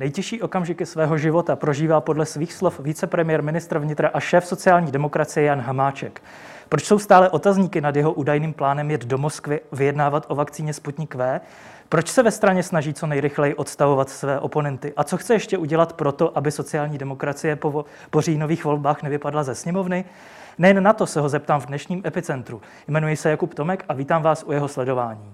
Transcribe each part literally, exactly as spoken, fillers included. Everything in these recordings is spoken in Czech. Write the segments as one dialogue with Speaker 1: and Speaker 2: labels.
Speaker 1: Nejtěžší okamžiky svého života prožívá podle svých slov vicepremiér, ministr vnitra a šéf sociální demokracie Jan Hamáček. Proč jsou stále otazníky nad jeho údajným plánem jet do Moskvy vyjednávat o vakcíně Sputnik V? Proč se ve straně snaží co nejrychleji odstavovat své oponenty? A co chce ještě udělat proto, aby sociální demokracie po, po říjnových volbách nevypadla ze sněmovny? Nejen na to se ho zeptám v dnešním Epicentru. Jmenuji se Jakub Tomek a vítám vás u jeho sledování.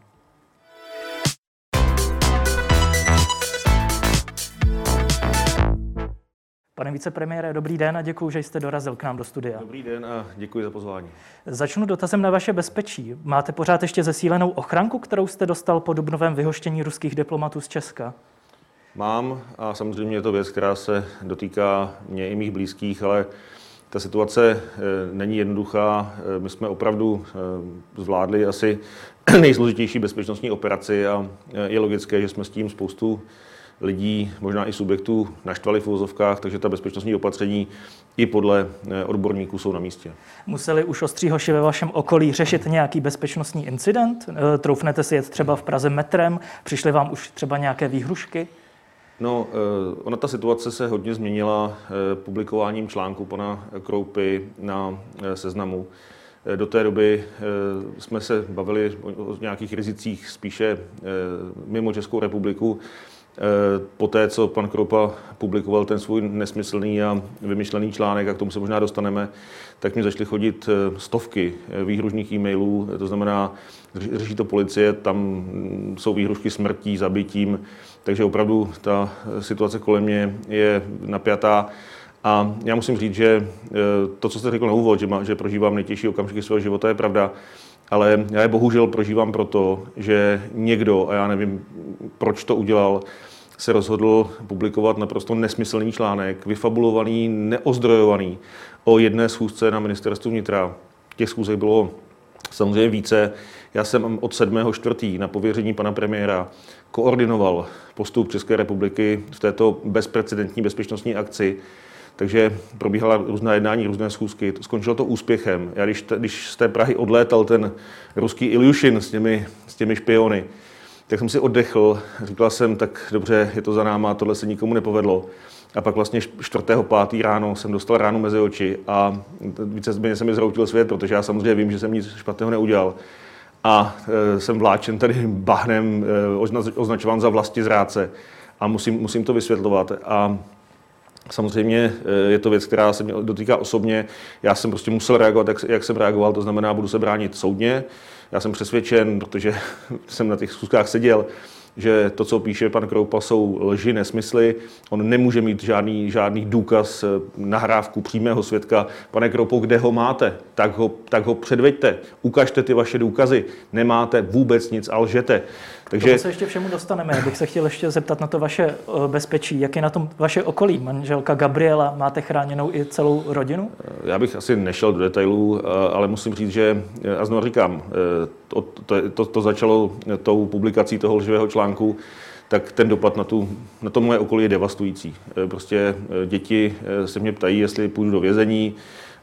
Speaker 1: Pane vicepremiére, dobrý den a děkuji, že jste dorazil k nám do studia.
Speaker 2: Dobrý den a děkuji za pozvání.
Speaker 1: Začnu dotazem na vaše bezpečí. Máte pořád ještě zesílenou ochranku, kterou jste dostal po dubnovém vyhoštění ruských diplomatů z Česka?
Speaker 2: Mám a samozřejmě je to věc, která se dotýká mě i mých blízkých, ale ta situace není jednoduchá. My jsme opravdu zvládli asi nejsložitější bezpečnostní operaci a je logické, že jsme s tím spoustu lidí, možná i subjektů naštvali v uvozovkách, takže ta bezpečnostní opatření i podle odborníků jsou na místě.
Speaker 1: Museli už ostříhoši ve vašem okolí řešit nějaký bezpečnostní incident? Troufnete si jet třeba v Praze metrem? Přišly vám už třeba nějaké výhrušky?
Speaker 2: No, ona ta situace se hodně změnila publikováním článku pana Kroupy na Seznamu. Do té doby jsme se bavili o nějakých rizicích spíše mimo Českou republiku. Poté, co pan Kroupa publikoval ten svůj nesmyslný a vymyšlený článek, a k tomu se možná dostaneme, tak mi začaly chodit stovky výhružných e-mailů, to znamená, řeší to policie, tam jsou výhružky smrtí, zabitím, takže opravdu ta situace kolem mě je napjatá. A já musím říct, že to, co jste řekl na úvod, že, má, že prožívám nejtěžší okamžiky svého života, je pravda, ale já je bohužel prožívám proto, že někdo, a já nevím, proč to udělal, se rozhodl publikovat naprosto nesmyslný článek, vyfabulovaný, neozdrojovaný, o jedné schůzce na ministerstvu vnitra. Těch schůzek bylo samozřejmě více. Já jsem od sedmého čtvrtého na pověření pana premiéra koordinoval postup České republiky v této bezprecedentní bezpečnostní akci. Takže probíhala různá jednání, různé schůzky. Skončilo to úspěchem. Já když, když z té Prahy odlétal ten ruský Iljušin s těmi, s těmi špiony, tak jsem si oddechl. Říkal jsem, tak dobře, je to za náma, tohle se nikomu nepovedlo. A pak vlastně čtvrtého pátého ráno jsem dostal ránu mezi oči a víceméně se mi zhroutil svět, protože já samozřejmě vím, že jsem nic špatného neudělal. A e, jsem vláčen tady bahnem, e, označován za vlastizrádce a musím, musím to vysvětlovat. A samozřejmě je to věc, která se mě dotýká osobně. Já jsem prostě musel reagovat, jak, jak jsem reagoval, to znamená, budu se bránit soudně. Já jsem přesvědčen, protože jsem na těch schůzkách seděl, že to, co píše pan Kroupa, jsou lži, nesmysly. On nemůže mít žádný, žádný důkaz, nahrávku přímého svědka. Pane Kroupo, kde ho máte? Tak ho, tak ho předveďte. Ukažte ty vaše důkazy. Nemáte vůbec nic a lžete.
Speaker 1: Takže tomu se ještě všemu dostaneme. Já bych se chtěl ještě zeptat na to vaše bezpečí. Jak je na tom vaše okolí? Manželka Gabriela, máte chráněnou i celou rodinu?
Speaker 2: Já bych asi nešel do detailů, ale musím říct, že, a znovu říkám, to, to, to, to začalo tou publikací toho lživého článku, tak ten dopad na, tu, na to moje okolí je devastující. Prostě děti se mě ptají, jestli půjdu do vězení,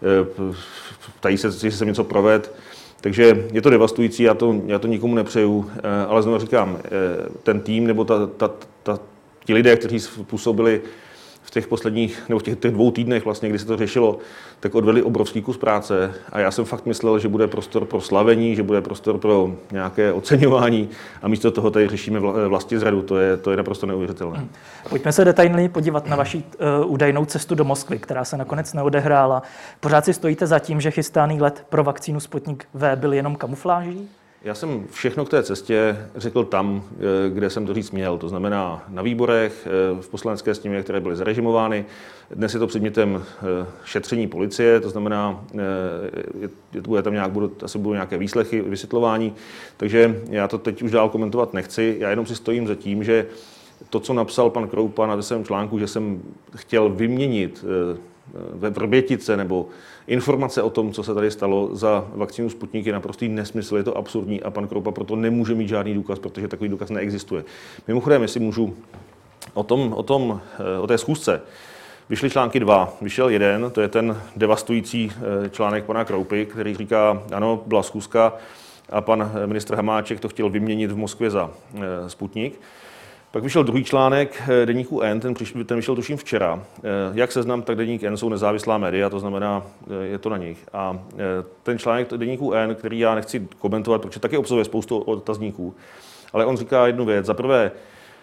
Speaker 2: ptají se, jestli jsem něco proved. Takže je to devastující, já to, já to nikomu nepřeju, ale znovu říkám, ten tým nebo ta, ta, ta, ti lidé, kteří působili v těch posledních, nebo v těch, těch dvou týdnech vlastně, kdy se to řešilo, tak odvedli obrovský kus práce a já jsem fakt myslel, že bude prostor pro slavení, že bude prostor pro nějaké oceňování a místo toho tady řešíme vlastizradu, to je, to je naprosto neuvěřitelné. Hmm.
Speaker 1: Pojďme se detailněji podívat na vaši uh, údajnou cestu do Moskvy, která se nakonec neodehrála. Pořád si stojíte za tím, že chystaný let pro vakcínu Sputnik V byl jenom kamufláží?
Speaker 2: Já jsem všechno k té cestě řekl tam, kde jsem to říct měl. To znamená na výborech, v poslanecké sněmovně, které byly zarežimovány. Dnes je to předmětem šetření policie, to znamená, je, bude tam nějak, budou, asi budou nějaké výslechy, vysvětlování. Takže já to teď už dál komentovat nechci. Já jenom si stojím za tím, že to, co napsal pan Kroupa na svém článku, že jsem chtěl vyměnit ve Vrbětice nebo informace o tom, co se tady stalo za vakcínu Sputnik, je naprostý nesmysl, je to absurdní a pan Kroupa proto nemůže mít žádný důkaz, protože takový důkaz neexistuje. Mimochodem, jestli můžu o tom, o tom, o té schůzce, vyšly články dva. Vyšel jeden, to je ten devastující článek pana Kroupy, který říká, ano, byla schůzka a pan ministr Hamáček to chtěl vyměnit v Moskvě za Sputnik. Pak vyšel druhý článek deníku N, ten, přišel, ten vyšel tuším včera. Jak Seznam, tak deník N jsou nezávislá média, to znamená, je to na nich. A ten článek deníku N, který já nechci komentovat, protože taky obsahuje spoustu otazníků, ale on říká jednu věc. Za prvé,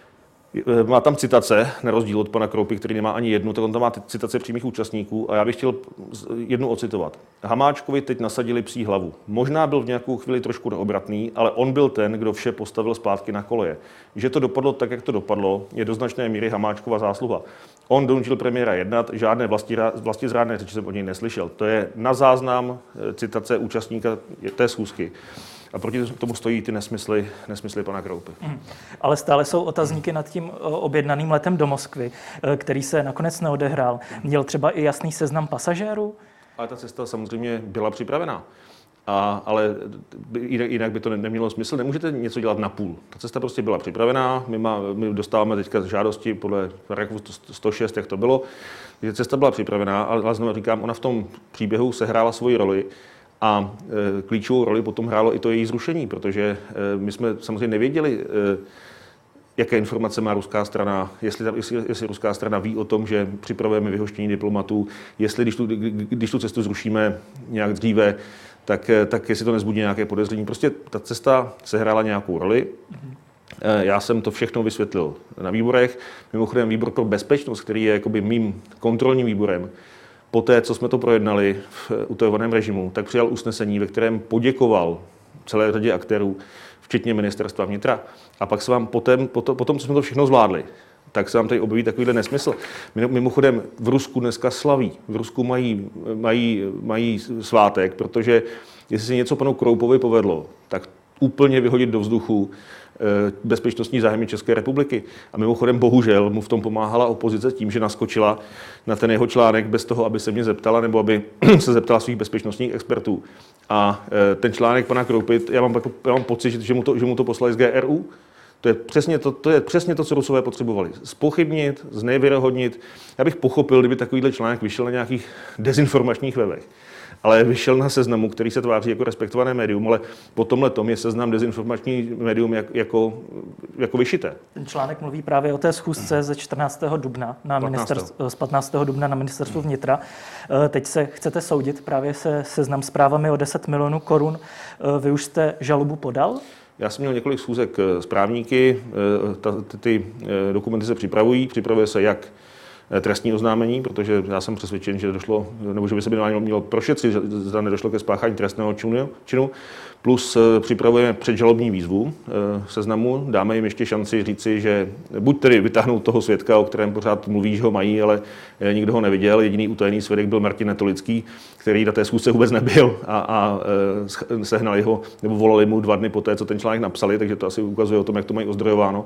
Speaker 2: má tam citace, na rozdíl od pana Kroupy, který nemá ani jednu, tak on tam má citace přímých účastníků a já bych chtěl jednu ocitovat. Hamáčkovi teď nasadili psí hlavu. Možná byl v nějakou chvíli trošku neobratný, ale on byl ten, kdo vše postavil zpátky na koleje. Že to dopadlo tak, jak to dopadlo, je do značné míry Hamáčkova zásluha. On donutil premiéra jednat, žádné vlastizrádné řeči jsem od něj neslyšel. To je na záznam citace účastníka té schůzky. A proti tomu stojí ty nesmysly, nesmysly pana Kroupy. Hmm.
Speaker 1: Ale stále jsou otazníky nad tím objednaným letem do Moskvy, který se nakonec neodehrál. Měl třeba i jasný seznam pasažérů?
Speaker 2: Ale ta cesta samozřejmě byla připravená. A, ale jinak by to nemělo smysl. Nemůžete něco dělat na půl. Ta cesta prostě byla připravená. My, má, my dostáváme teďka žádosti podle paragrafu sto šest, jak to bylo. Takže cesta byla připravená, ale znovu říkám, ona v tom příběhu sehrála svoji roli. A e, klíčovou roli potom hrálo i to její zrušení, protože e, my jsme samozřejmě nevěděli, e, jaké informace má ruská strana, jestli, jestli, jestli ruská strana ví o tom, že připravujeme vyhoštění diplomatů, jestli když tu, když tu cestu zrušíme nějak dříve, tak, tak jestli to nezbudí nějaké podezření. Prostě ta cesta sehrála nějakou roli. E, já jsem to všechno vysvětlil na výborech. Mimochodem výbor pro bezpečnost, který je jakoby mým kontrolním výborem, poté, co jsme to projednali v utajovaném režimu, tak přijal usnesení, ve kterém poděkoval celé řadě aktérů, včetně ministerstva vnitra. A pak se vám potom, potom, potom co jsme to všechno zvládli, tak se vám tady objeví takovýhle nesmysl. Mimochodem v Rusku dneska slaví. V Rusku mají, mají, mají svátek, protože jestli se něco panu Kroupovi povedlo, tak úplně vyhodit do vzduchu bezpečnostní zájmy České republiky. A mimochodem bohužel mu v tom pomáhala opozice tím, že naskočila na ten jeho článek bez toho, aby se mě zeptala nebo aby se zeptala svých bezpečnostních expertů. A ten článek pana Kroupy, já mám, já mám pocit, že mu to, že mu to poslali z G R U. To je přesně to, to je přesně to, co Rusové potřebovali. Zpochybnit, znevěrohodnit. Já bych pochopil, kdyby takovýhle článek vyšel na nějakých dezinformačních webech. Ale vyšel na Seznamu, který se tváří jako respektované médium, ale po tomhle tom je Seznam dezinformační médium jak, jako, jako vyšité. Ten
Speaker 1: článek mluví právě o té schůzce ze čtrnáctého dubna na ministerstv, z patnáctého dubna na ministerstvu vnitra. Teď se chcete soudit právě se Seznam zprávami o deset milionů korun. Vy už jste žalobu podal?
Speaker 2: Já jsem měl několik schůzek s právníky, ty, ty dokumenty se připravují, připravuje se jak trestní oznámení, protože já jsem přesvědčen, že došlo, nebo že by se minimálně mělo prošetřit, že zda nedošlo ke spáchání trestného činu, plus připravujeme předžalobní výzvu Seznamu, dáme jim ještě šanci říci, že buď tedy vytáhnout toho svědka, o kterém pořád mluví, že ho mají, ale nikdo ho neviděl, jediný utajený svědek byl Martin Netolický, který na té schůzce vůbec nebyl a, a sehnali ho, nebo volali mu dva dny poté, co ten článek napsali, takže to asi ukazuje o tom, jak to mají ozdrojováno.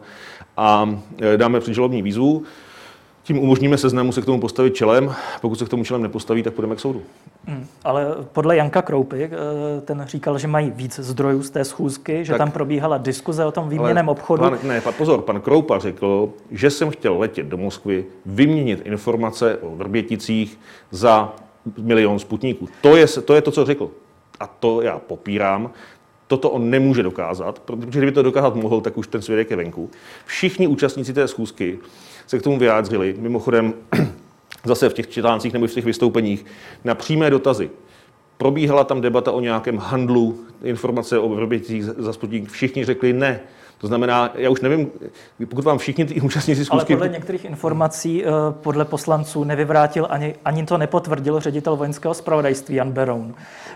Speaker 2: A dáme předžalobní výzvu. Tím umožníme Seznamu se k tomu postavit čelem. Pokud se k tomu čelem nepostaví, tak půjdeme k soudu.
Speaker 1: Hmm, ale podle Janka Kroupy, ten říkal, že mají víc zdrojů z té schůzky, že tak, tam probíhala diskuze o tom výměnném obchodu.
Speaker 2: Pan, ne, pozor, pan Kroupa řekl, že jsem chtěl letět do Moskvy, vyměnit informace o Vrběticích za milion Sputníků. To je, to je to, co řekl. A to já popírám. Toto on nemůže dokázat, protože kdyby to dokázat mohl, tak už ten svědek je venku. Všichni účastníci té schůzky se k tomu vyjádřili, mimochodem zase v těch článcích nebo v těch vystoupeních, na přímé dotazy. Probíhala tam debata o nějakém handlu, informace o Vrběticích za Sputník, všichni řekli ne. To znamená, já už nevím, pokud vám všichni ty účastníci schůzky...
Speaker 1: Ale podle některých informací, podle poslanců, nevyvrátil ani, ani to nepotvrdil ředitel vojenského zpravodajství Jan Beroun.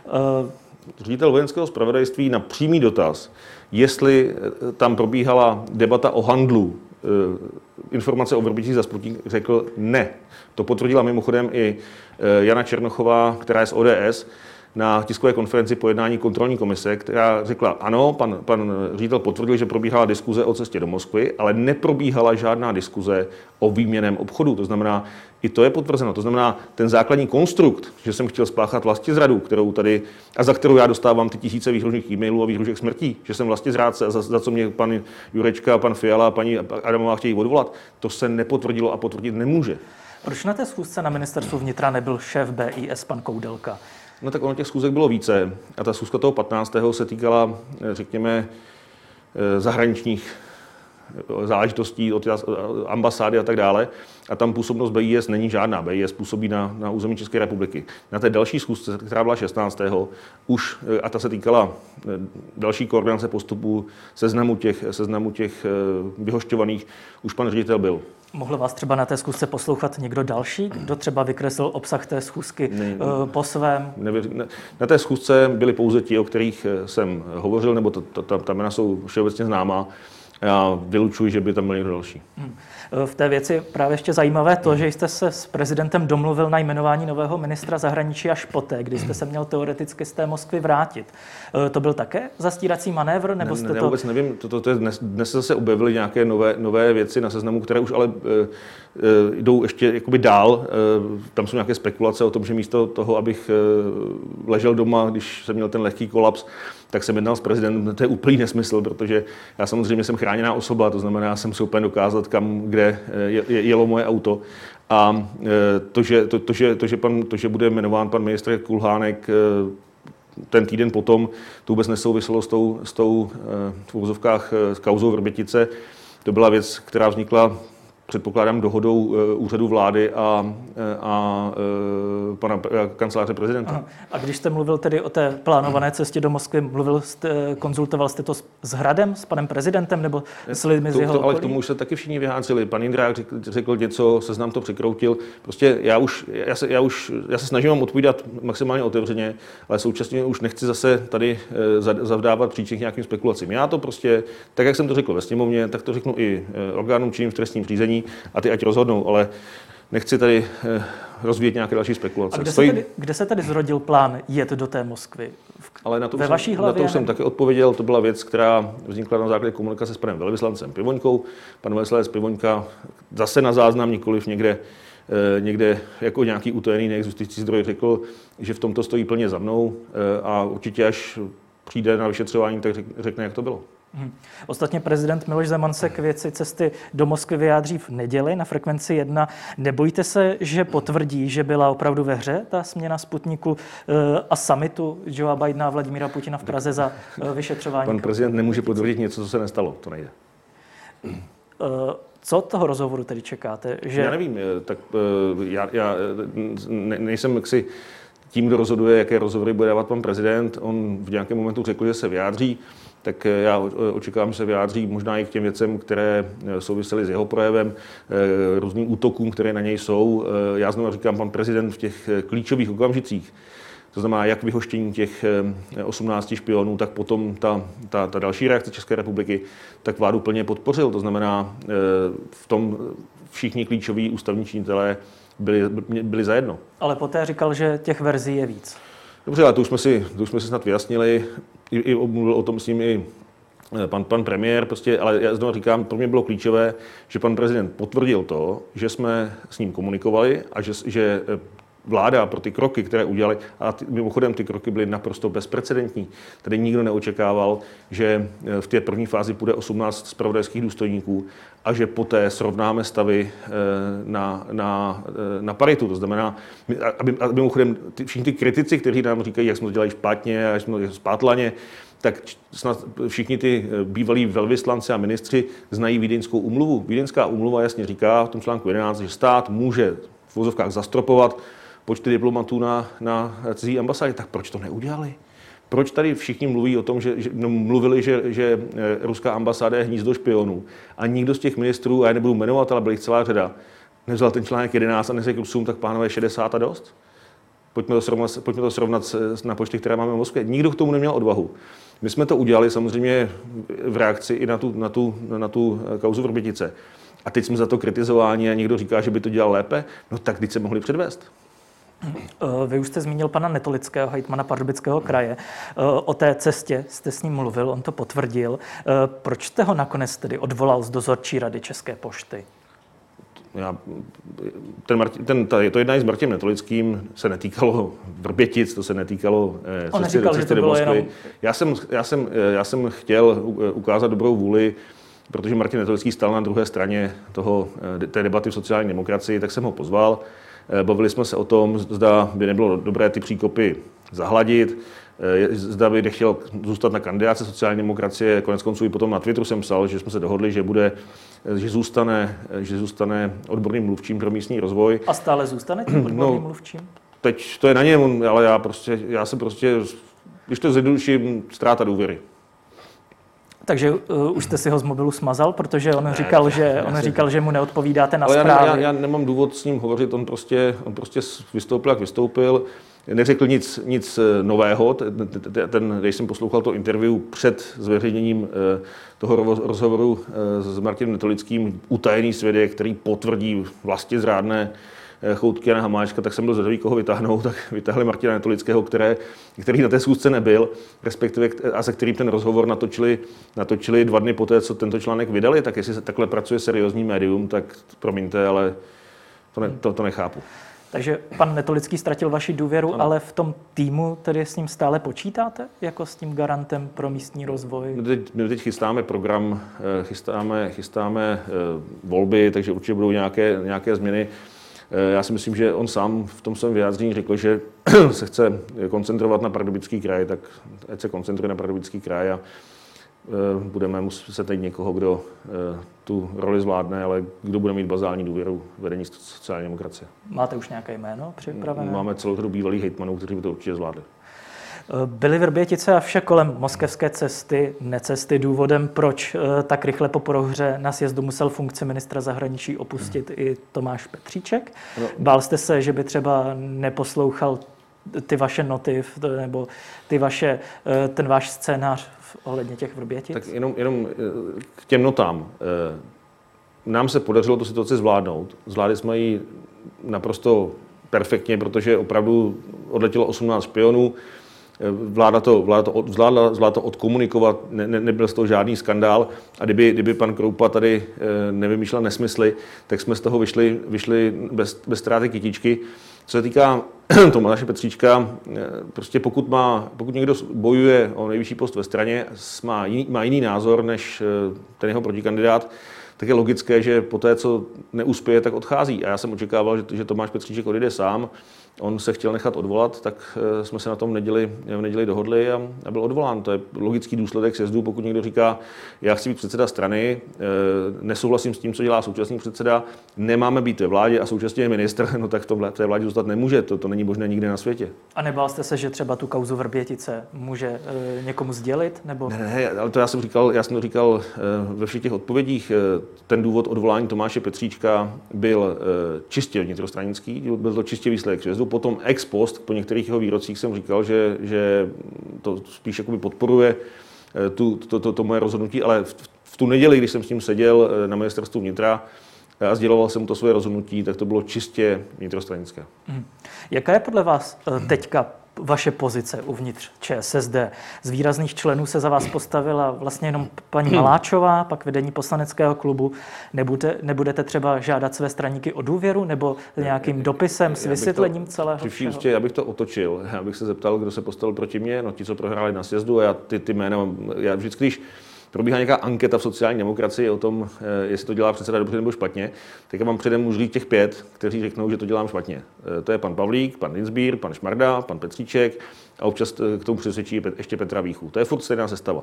Speaker 2: Ředitel vojenského zpravodajství na přímý dotaz, jestli tam probíhala debata o handlu, informace o Vrběticích za Sputník, řekl ne. To potvrdila mimochodem i Jana Černochová, která je z O D S, na tiskové konferenci po jednání kontrolní komise, která řekla, ano, pan, pan ředitel potvrdil, že probíhala diskuze o cestě do Moskvy, ale neprobíhala žádná diskuze o výměnném obchodu. To znamená, i to je potvrzeno. To znamená, ten základní konstrukt, že jsem chtěl spáchat vlastizradu, kterou tady, a za kterou já dostávám ty tisíce výhružných e-mailů a výhružek smrtí, že jsem vlastizrádce a za, za co mě pan Jurečka, pan Fiala a paní Adamová chtějí odvolat, to se nepotvrdilo a potvrdit nemůže.
Speaker 1: Proč na té schůzce na ministerstvu vnitra nebyl šéf B I S pan Koudelka?
Speaker 2: No tak ono těch schůzek bylo více a ta schůzka toho patnáctého se týkala, řekněme, zahraničních záležitostí od ambasády a tak dále. A tam působnost B I S není žádná. B I S působí na, na území České republiky. Na té další schůzce, která byla šestnáctého už, a ta se týkala další koordinace postupu seznamu těch, seznamu těch vyhošťovaných, už pan ředitel byl.
Speaker 1: Mohl vás třeba na té schůzce poslouchat někdo další, kdo třeba vykreslil obsah té schůzky ne, ne, po svém?
Speaker 2: Ne, na té schůzce byli pouze ti, o kterých jsem hovořil, nebo ta, ta, ta jména jsou všeobecně známá. Já vylučuji, že by tam byl někdo další.
Speaker 1: Hmm. V té věci právě ještě zajímavé to, že jste se s prezidentem domluvil na jmenování nového ministra zahraničí až poté, kdy jste se měl teoreticky z té Moskvy vrátit. To byl také zastírací manévr? Nebo jste
Speaker 2: ne, ne,
Speaker 1: to...
Speaker 2: vůbec nevím. To, to, to je dnes, dnes se zase objevily nějaké nové, nové věci na seznamu, které už ale e, jdou ještě jakoby dál. E, tam jsou nějaké spekulace o tom, že místo toho, abych e, ležel doma, když jsem měl ten lehký kolaps, tak jsem jednal s prezidentem. To je úplný nesmysl, protože já samozřejmě jsem chráněná osoba, to znamená, já jsem schopen dokázat, kam, kde je, je, jelo moje auto. A to, že, to, to, že, to, že, pan, to, že bude jmenován pan ministr Kulhánek ten týden potom, to vůbec nesouviselo s tou, s tou v uvozovkách s kauzou Vrbětice. To byla věc, která vznikla, předpokládám, dohodou úřadu vlády a, a pana kanceláře prezidenta.
Speaker 1: Aha. A když jste mluvil tedy o té plánované cestě do Moskvy, mluvil jste, konzultoval jste to s Hradem, s panem prezidentem, nebo s lidmi z jeho
Speaker 2: to, to, Ale
Speaker 1: okolí?
Speaker 2: k tomu už se taky všichni vyjádřili. Pan Jindrák řekl, řekl něco, Seznam to překroutil. Prostě já už, já se, já už, já se snažím vám odpovídat maximálně otevřeně, ale současně už nechci zase tady zavdávat příčiny nějakým spekulacím. Já to prostě, tak jak jsem to řekl ve sněmovně, tak to řeknu i orgánům činným v trestním řízení a ty ať rozhodnou, ale nechci tady rozvíjet nějaké další spekulace.
Speaker 1: A kde, Stojí... se tedy, kde se tedy zrodil plán jet do té Moskvy?
Speaker 2: Ale na to
Speaker 1: Ve vaší
Speaker 2: jsem,
Speaker 1: hlavě?
Speaker 2: Na to jsem také odpověděl. To byla věc, která vznikla na základě komunikace s panem velvyslancem Pivoňkou. Pan velvyslanec Pivoňka zase na záznam, nikoliv někde, někde jako nějaký utajený neexistující zdroj řekl, že v tomto stojí plně za mnou a určitě až přijde na vyšetřování, tak řekne, jak to bylo.
Speaker 1: Hmm. Ostatně prezident Miloš Zeman se k věci cesty do Moskvy vyjádří v neděli na Frekvenci jedna. Nebojíte se, že potvrdí, že byla opravdu ve hře ta směna Sputniku a summitu Joea Bidena a Vladimíra Putina v Praze za vyšetřování?
Speaker 2: Pan prezident nemůže potvrdit něco, co se nestalo. To nejde.
Speaker 1: Co od toho rozhovoru tedy čekáte? Že...
Speaker 2: Já nevím. Tak já, já ne, nejsem jaksi tím, kdo rozhoduje, jaké rozhovory bude dávat pan prezident. On v nějakém momentu řekl, že se vyjádří. Tak já očekávám, že se vyjádří možná i k těm věcem, které souvisely s jeho projevem, různým útokům, které na něj jsou. Já znovu říkám, pan prezident v těch klíčových okamžicích, to znamená jak vyhoštění těch osmnácti špionů, tak potom ta, ta, ta další reakce České republiky, tak vládu plně podpořil. To znamená, v tom všichni klíčoví ústavní činitelé byli, byli zajedno.
Speaker 1: Ale poté říkal, že těch verzí je víc.
Speaker 2: Dobře, ale to už jsme si, to už jsme si snad vyjasnili. I, i mluvil o tom s ním i pan, pan premiér, prostě, ale já znovu říkám, pro mě bylo klíčové, že pan prezident potvrdil to, že jsme s ním komunikovali a že, že vláda pro ty kroky, které udělali, a ty, mimochodem ty kroky byly naprosto bezprecedentní. Tady nikdo neočekával, že v té první fázi půjde osmnáct zpravodajských důstojníků a že poté srovnáme stavy na, na, na paritu. To znamená, aby, aby mimochodem ty, všichni ty kritici, kteří nám říkají, jak jsme to dělali špatně, jak jsme to dělali spátlaně, tak snad všichni ty bývalí velvyslanci a ministři znají Vídeňskou úmluvu. Vídeňská úmluva jasně říká v tom článku jedenáct, že stát může v vozovkách zastropovat počty diplomatů na, na cizí ambasádě. Tak proč to neudělali? Proč tady všichni mluví o tom, že, že no, mluvili, že, že ruská ambasáda je hnízdo špionů a nikdo z těch ministrů, a já nebudu jmenovat, ale byla jich celá řada, nevzal ten článek jedenáct a neřekl Rusům, tak pánové šedesát a dost? Pojďme to srovnat, pojďme to srovnat na počty, které máme v Moskvě. Nikdo k tomu neměl odvahu. My jsme to udělali samozřejmě v reakci i na tu, na tu, na tu kauzu Vrbětice. A teď jsme za to kritizováni a někdo říká, že by to dělal lépe. No tak teď se mohli předvést.
Speaker 1: Vy už jste zmínil pana Netolického, hejtmana Pardubického kraje. O té cestě jste s ním mluvil, on to potvrdil. Proč jste ho nakonec tedy odvolal z dozorčí rady České pošty?
Speaker 2: Já, ten, ten, ta, to jednání s Martinem Netolickým se netýkalo Vrbětic, to se netýkalo eh,
Speaker 1: on
Speaker 2: cesty,
Speaker 1: neříkal,
Speaker 2: cesty
Speaker 1: že to
Speaker 2: do
Speaker 1: bylo
Speaker 2: Moskvy.
Speaker 1: jenom...
Speaker 2: Já jsem, já, jsem, já jsem chtěl ukázat dobrou vůli, protože Martin Netolický stál na druhé straně toho, té debaty v sociální demokracii, tak jsem ho pozval. Bavili jsme se o tom, zda by nebylo dobré ty příkopy zahladit, zda by nechtěl zůstat na kandidáce sociální demokracie. Konec konců i potom na Twitteru jsem psal, že jsme se dohodli, že bude, že zůstane, že zůstane odborným mluvčím pro místní rozvoj.
Speaker 1: A stále zůstane tím odborným no, mluvčím?
Speaker 2: Teď to je na něm, ale já prostě, já jsem prostě, když to zjednoduším, ztráta důvěry.
Speaker 1: Takže uh, už jste si ho z mobilu smazal, protože on ne, říkal, že on říkal, že mu neodpovídáte na
Speaker 2: ale
Speaker 1: zprávy.
Speaker 2: Já, já, já nemám důvod s ním hovořit, on prostě, on prostě vystoupil, jak vystoupil. Neřekl nic, nic nového. Ten, když jsem poslouchal to interview před zveřejněním toho rozhovoru s Martinem Netolickým, utajený svědek, který potvrdí vlastně zrádné choutky Jana Hamáčka, tak jsem byl zvědavý, koho vytáhnout, tak vytáhli Martina Netolického, které, který na té schůzce nebyl, respektive a se kterým ten rozhovor natočili, natočili dva dny poté, co tento článek vydali, tak jestli se takhle pracuje seriózní médium, tak promiňte, ale to, ne, to, to nechápu.
Speaker 1: Takže pan Netolický ztratil vaši důvěru, ano. Ale v tom týmu tedy s ním stále počítáte, jako s tím garantem pro místní rozvoj?
Speaker 2: My teď, my teď chystáme program, chystáme, chystáme volby, takže určitě budou nějaké, nějaké změny. Já si myslím, že on sám v tom svém vyjádření řekl, že se chce koncentrovat na Pardubický kraj, tak ať se koncentruje na Pardubický kraj a budeme muset najít někoho, kdo tu roli zvládne, ale kdo bude mít bazální důvěru vedení sociální demokracie.
Speaker 1: Máte už nějaké jméno připravené?
Speaker 2: Máme celou řadu bývalých hejtmanů, kteří by to určitě zvládli.
Speaker 1: Byly Vrbětice a vše kolem moskevské cesty, necesty důvodem, proč tak rychle po prohře na sjezdu musel funkci ministra zahraničí opustit hmm. i Tomáš Petříček? No. Bál jste se, že by třeba neposlouchal ty vaše noty nebo ty vaše, ten váš scénář ohledně těch Vrbětic?
Speaker 2: Tak jenom, jenom k těm notám. Nám se podařilo tu situaci zvládnout. Zvládli jsme ji naprosto perfektně, protože opravdu odletělo osmnáct špionů. Vláda to, vláda to, od, zvládla, zvládla to odkomunikovat, ne, ne, nebyl z toho žádný skandál a kdyby, kdyby pan Kroupa tady e, nevymýšlel nesmysly, tak jsme z toho vyšli, vyšli bez, bez ztráty kytičky. Co se týká Tomáše Petříčka, e, prostě pokud, má, pokud někdo bojuje o nejvyšší post ve straně, má jiný, má jiný názor než e, ten jeho protikandidát, tak je logické, že po té, co neuspěje, tak odchází. A já jsem očekával, že, že Tomáš Petříček odjde sám. On se chtěl nechat odvolat, tak jsme se na tom v neděli, v neděli dohodli a, a byl odvolán. To je logický důsledek sjezdu, pokud někdo říká, já chci být předseda strany, nesouhlasím s tím, co dělá současný předseda, nemáme být ve vládě a současně je ministr, no tak v té vládě zůstat nemůže, to, to není možné nikde na světě. A
Speaker 1: nebál jste se, že třeba tu kauzu Vrbětice může e, někomu sdělit? Nebo... Ne,
Speaker 2: ne, ale to já jsem říkal, já jsem to říkal e, ve všech těch odpovědích. E, ten důvod odvolání Tomáše Petříčka byl e, čistě vnitrostranický, byl to čistě výsledek sjezdu. Potom ex post, po některých jeho výrocích jsem říkal, že, že to spíš jakoby podporuje tu, to, to, to moje rozhodnutí, ale v, v tu neděli, když jsem s ním seděl na ministerstvu vnitra a sděloval jsem mu to svoje rozhodnutí, tak to bylo čistě vnitrostranické.
Speaker 1: Hmm. Jaká je podle vás teďka vaše pozice uvnitř ČSSD? Z výrazných členů se za vás postavila vlastně jenom paní Maláčová, pak vedení poslaneckého klubu. Nebudete, nebudete třeba žádat své straníky o důvěru nebo nějakým dopisem s vysvětlením celého všeho?
Speaker 2: Příště, já bych to otočil. Já bych se zeptal, kdo se postavil proti mně, no ti, co prohráli na sjezdu, a já ty, ty jména, já vždycky, když probíhá nějaká anketa v sociální demokracii o tom, jestli to dělá předseda dobře nebo špatně, tak já vám předem už říct těch pět, kteří řeknou, že to dělám špatně. To je pan Pavlík, pan Dienstbier, pan Šmarda, pan Petříček a občas k tomu přesvědčí ještě Petra Víchu. To je furt stejná sestava.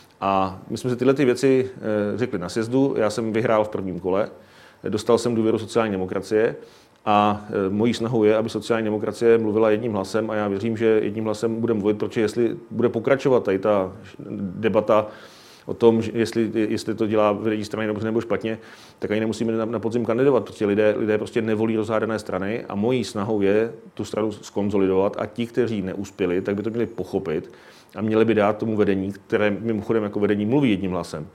Speaker 2: A my jsme si tyhle ty věci řekli na sjezdu, já jsem vyhrál v prvním kole, dostal jsem důvěru sociální demokracie a mojí snahou je, aby sociální demokracie mluvila jedním hlasem a já věřím, že jedním hlasem bude mluvit, protože jestli bude pokračovat tady ta debata o tom, jestli, jestli to dělá vedení strany dobře nebo špatně, tak ani nemusíme na, na podzim kandidovat, protože lidé, lidé prostě nevolí rozhádané strany a mojí snahou je tu stranu skonzolidovat a ti, kteří neuspěli, tak by to měli pochopit a měli by dát tomu vedení, které mimochodem jako vedení mluví jedním hlasem,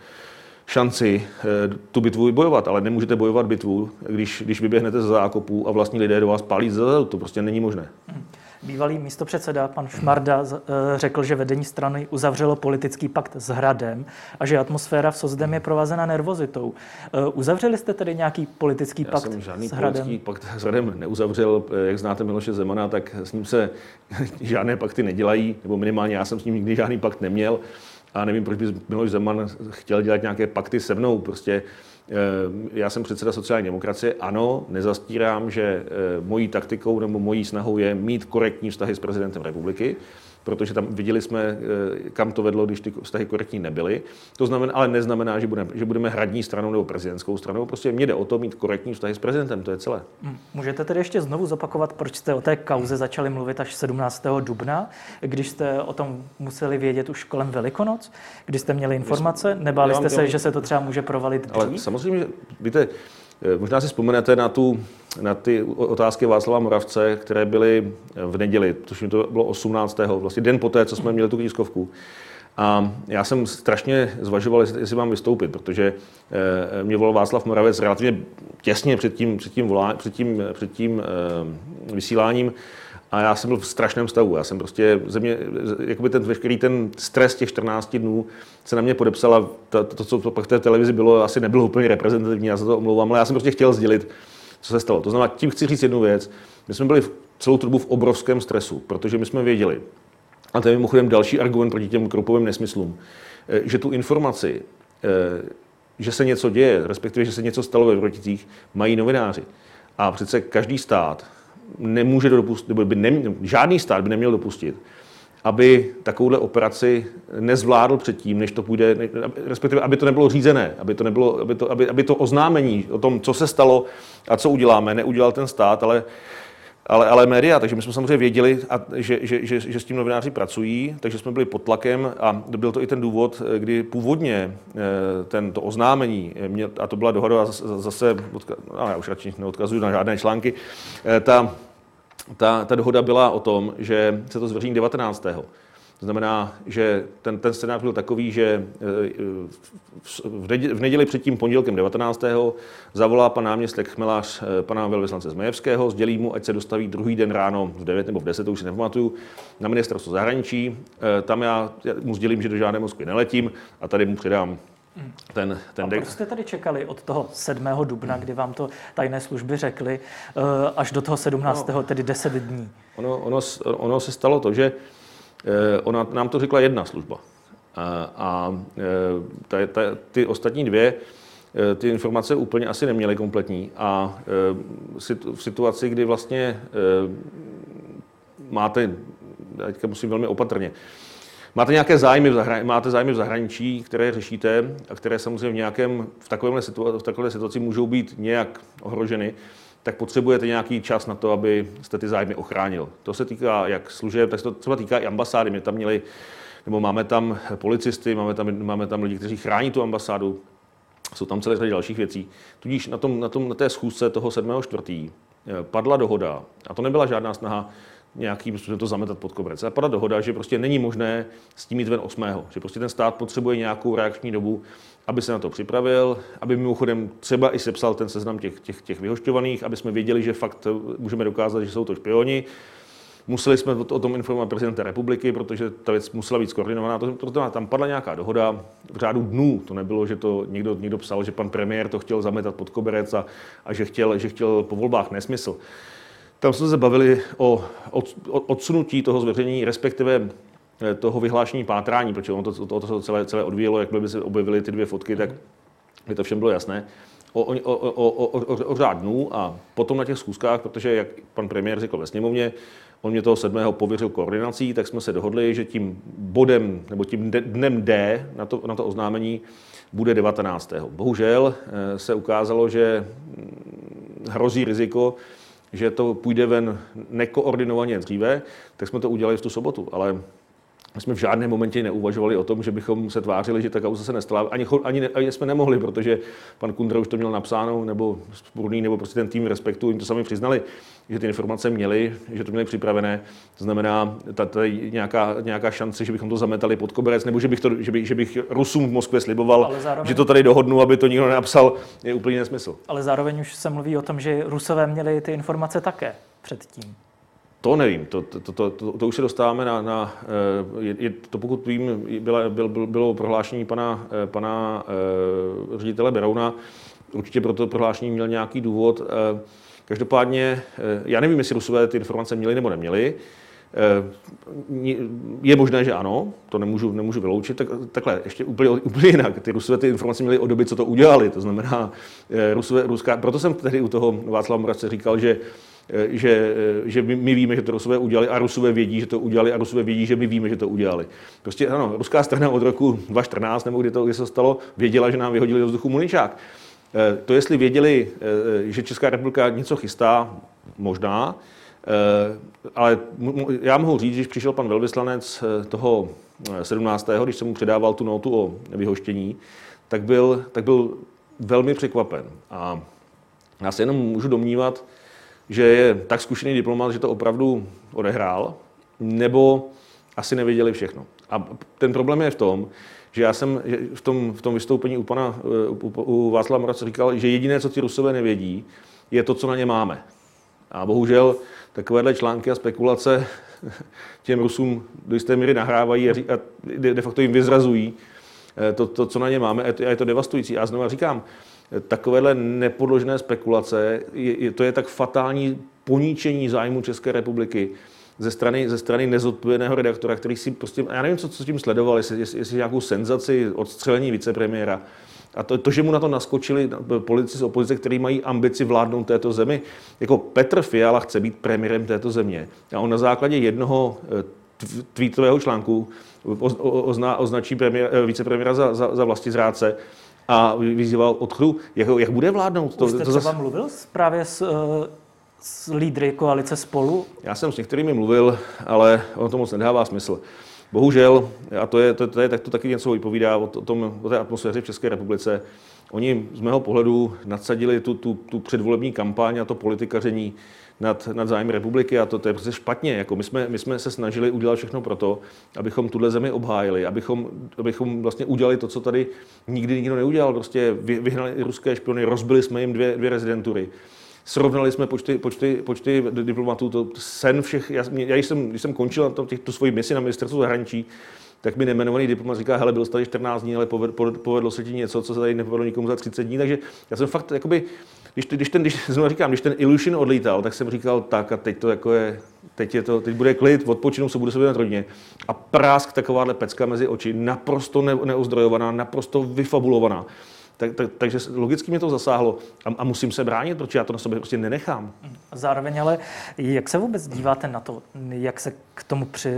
Speaker 2: šanci tu bitvu vybojovat, ale nemůžete bojovat bitvu, když, když vyběhnete ze zákopů a vlastní lidé do vás pálí zezadu, to prostě není možné.
Speaker 1: Bývalý místopředseda pan Šmarda řekl, že vedení strany uzavřelo politický pakt s Hradem a že atmosféra v Sozdem je provázena nervozitou. Uzavřeli jste tedy nějaký politický
Speaker 2: Já
Speaker 1: pakt
Speaker 2: jsem žádný
Speaker 1: s Hradem?
Speaker 2: politický pakt s Hradem neuzavřel. Jak znáte Miloše Zemana, tak s ním se žádné pakty nedělají, nebo minimálně já jsem s ním nikdy žádný pakt neměl. A nevím, proč by Miloš Zeman chtěl dělat nějaké pakty se mnou. Prostě Já jsem předseda sociální demokracie, ano, nezastírám, že mojí taktikou nebo mojí snahou je mít korektní vztahy s prezidentem republiky, protože tam viděli jsme, kam to vedlo, když ty vztahy korektní nebyly. To znamená, ale neznamená, že budeme, že budeme hradní stranou nebo prezidentskou stranou. Prostě mně jde o to mít korektní vztahy s prezidentem, to je celé.
Speaker 1: Můžete tedy ještě znovu zopakovat, proč jste o té kauze začali mluvit až sedmnáctého dubna, když jste o tom museli vědět už kolem Velikonoc, kdy jste měli informace? Nebáli jste se, že se to třeba může provalit dřív?
Speaker 2: Ale samozřejmě, víte, možná si vzpomenete na, tu, na ty otázky Václava Moravce, které byly v neděli, což mi to bylo osmnáctého vlastně den poté, co jsme měli tu tiskovku. A já jsem strašně zvažoval, jestli mám vystoupit, protože mě volal Václav Moravec relativně těsně před tím, před tím, volá, před tím, před tím vysíláním. A já jsem byl v strašném stavu. Já jsem prostě, země, jakoby ten veškerý ten stres těch čtrnácti dnů se na mě podepsala. To, to, co pak v té televizi bylo, asi nebylo úplně reprezentativní, já se to omlouvám, ale já jsem prostě chtěl sdělit, co se stalo. To znamená, tím chci říct jednu věc. My jsme byli celou tu dobu v obrovském stresu, protože my jsme věděli, a to je mimochodem další argument proti těm Kroupovým nesmyslům, že tu informaci, že se něco děje, respektive, že se něco stalo ve Vrběticích, mají novináři. A přece každý stát nemůže dopustit, nebo by neměl, žádný stát by neměl dopustit, aby takovouhle operaci nezvládl předtím, než to půjde, respektive, aby to nebylo řízené, aby to, nebylo, aby to, aby, aby to oznámení o tom, co se stalo a co uděláme, neudělal ten stát, ale, ale, ale média. Takže my jsme samozřejmě věděli, a, že, že, že, že s tím novináři pracují, takže jsme byli pod tlakem a byl to i ten důvod, kdy původně ten, to oznámení, a to byla dohoda zase, no, já už radši neodkazuju na žádné články, ta, ta, ta dohoda byla o tom, že se to zveřejní devatenáctého To znamená, že ten, ten scénář byl takový, že v neděli před tím pondělkem devatenáctého zavolá pan náměstek Chmelař pana velvyslance Zmejevského, sdělí mu, ať se dostaví druhý den ráno v devět nebo v deset, to už si nepamatuju, na ministerstvo zahraničí. Tam já mu sdělím, že do žádné Moskvy neletím a tady mu předám ten, ten
Speaker 1: a proč jste tady čekali od toho sedmého dubna, kdy vám to tajné služby řekly, až do toho sedmnáctého No, tedy deset dní?
Speaker 2: Ono, ono, ono se stalo to, že ona nám to řekla jedna služba. A, a ta, ta, ty ostatní dvě ty informace úplně asi neměly kompletní. A v situaci, kdy vlastně máte, teďka musím velmi opatrně, máte nějaké zájmy v, zahrani- máte zájmy v zahraničí, které řešíte a které samozřejmě v, nějakém, v, takovémhle situa- v takové situaci můžou být nějak ohroženy, tak potřebujete nějaký čas na to, aby jste ty zájmy ochránil. To se týká jak služeb, tak se to třeba týká i ambasády. My tam měli, nebo máme tam policisty, máme tam, máme tam lidi, kteří chrání tu ambasádu. Jsou tam celé řady dalších věcí. Tudíž na, tom, na, tom, na té schůzce toho sedmého čtvrtého padla dohoda, a to nebyla žádná snaha nějakým způsobem to zametat pod koberec. Ale padla dohoda, že prostě není možné s tím jít ven osmého Že prostě ten stát potřebuje nějakou reakční dobu, aby se na to připravil, aby mimochodem třeba i sepsal ten seznam těch, těch, těch vyhošťovaných, aby jsme věděli, že fakt můžeme dokázat, že jsou to špioni. Museli jsme o tom informovat prezidenta republiky, protože ta věc musela být skoordinovaná. To, tam padla nějaká dohoda v řádu dnů. To nebylo, že to někdo, někdo psal, že pan premiér to chtěl zametat pod koberec a, a že, chtěl, že chtěl po volbách nesmysl. Tam jsme se bavili o odsunutí toho zveřejnění, respektive toho vyhlášení pátrání, protože ono to, to, to se celé, celé odvíjelo, jak by se objevily ty dvě fotky, tak by to všem bylo jasné. O, o, o, o, o, o řád dnů a potom na těch schůzkách, protože, jak pan premiér řekl ve sněmovně, on mě toho sedmého pověřil koordinací, tak jsme se dohodli, že tím bodem, nebo tím dnem D na to, na to oznámení bude devatenáctého Bohužel se ukázalo, že hrozí riziko, že to půjde ven nekoordinovaně dříve, tak jsme to udělali v tu sobotu, ale my jsme v žádném momentě neuvažovali o tom, že bychom se tvářili, že ta kauza se nestala. Ani, ani, ani jsme nemohli, protože pan Kundra už to měl napsáno, nebo Spurný, nebo prostě ten tým Respektu jim to sami přiznali, že ty informace měli, že to měli připravené. To znamená, tady nějaká, nějaká šance, že bychom to zametali pod koberec, nebo že bych, to, že bych, že bych Rusům v Moskvě sliboval, zároveň, že to tady dohodnu, aby to nikdo nenapsal, je úplně nesmysl.
Speaker 1: Ale zároveň už se mluví o tom, že Rusové měli ty informace také předtím.
Speaker 2: To nevím, to, to, to, to, to už se dostáváme na, na je, je, to pokud vím, byla, byl, bylo prohlášení pana, pana uh, ředitele Berouna, určitě pro to prohlášení měl nějaký důvod. Uh, každopádně, uh, já nevím, jestli Rusové ty informace měli nebo neměli, Je možné, že ano, to nemůžu, nemůžu vyloučit. Tak, takhle, ještě úplně, úplně jinak. Ty Rusové ty informace měly od doby, co to udělali. To znamená, Rusové, ruská, proto jsem tehdy u toho Václava Moravce říkal, že že, že my, my víme, že to Rusové udělali a Rusové vědí, že to udělali a Rusové vědí, že my víme, že to udělali. Prostě ano, ruská strana od roku dva tisíce čtrnáct, nebo kdy to, kdy se stalo, věděla, že nám vyhodili do vzduchu muničák. To, jestli věděli, že Česká republika něco chystá, možná, ale já mohu říct, že když přišel pan velvyslanec toho sedmnáctého když jsem mu předával tu notu o vyhoštění, tak byl, tak byl velmi překvapen. A já se jenom můžu domnívat, že je tak zkušený diplomat, že to opravdu odehrál, nebo asi nevěděli všechno. A ten problém je v tom, že já jsem v tom, v tom vystoupení u, pana, u, u Václava Moravce říkal, že jediné, co ty Rusové nevědí, je to, co na ně máme. A bohužel takovéhle články a spekulace těm Rusům do jisté míry nahrávají a, a de facto jim vyzrazují to, to, co na ně máme, a je to devastující. A znovu říkám, takovéhle nepodložené spekulace, je, to je tak fatální poníčení zájmu České republiky ze strany, ze strany nezodpovědného redaktora, který si prostě, já nevím, co, co tím sledoval, jestli, jestli, jestli nějakou senzaci odstřelení vicepremiéra. A to, to, že mu na to naskočili politici z opozice, kteří mají ambici vládnout této zemi, jako Petr Fiala chce být premiérem této země. A on na základě jednoho tweetového článku ozna, označí premiér, vicepremiéra za, za, za vlastizrádce a vyzýval odchodu. Jak, jak bude vládnout? To,
Speaker 1: Už jste
Speaker 2: to
Speaker 1: třeba
Speaker 2: zase...
Speaker 1: mluvil právě s, s lídry koalice Spolu?
Speaker 2: Já jsem s některými mluvil, ale ono to moc nedává smysl. Bohužel, a to, je, to, to, je, tak to taky něco vypovídá o, tom, o té atmosféře v České republice, oni z mého pohledu nadsadili tu, tu, tu předvolební kampaň a to politikaření nad, nad zájmy republiky a to, to je prostě špatně. Jako my, jsme, my jsme se snažili udělat všechno pro to, abychom tuhle zemi obhájili, abychom, abychom vlastně udělali to, co tady nikdy nikdo neudělal. Prostě vyhnali ruské špiony, rozbili jsme jim dvě, dvě rezidentury. Srovnali jsme počty, počty, počty diplomatů, to sen všech, já, já když, jsem, když jsem končil na tom, těch, tu svoji misi na ministerstvu zahraničí, tak mi nejmenovaný diplomat říká, hele, byl jsi tady čtrnáct dní, ale povedlo, povedlo se ti něco, co se tady nepovedlo nikomu za třicet dní, takže já jsem fakt, jakoby, když, když ten, když, znovu říkám, když ten Ilyushin odlítal, tak jsem říkal, tak a teď to jako je, teď je to, teď bude klid, odpočinu se, bude se věnovat rodině a prásk takováhle pecka mezi oči, naprosto ne, neozdrojovaná, naprosto vyfabulovaná. Tak, tak, takže logicky mě to zasáhlo a, a musím se bránit, protože já to na sobě prostě nenechám.
Speaker 1: Zároveň ale, jak se vůbec díváte na to, jak se k tomu, při,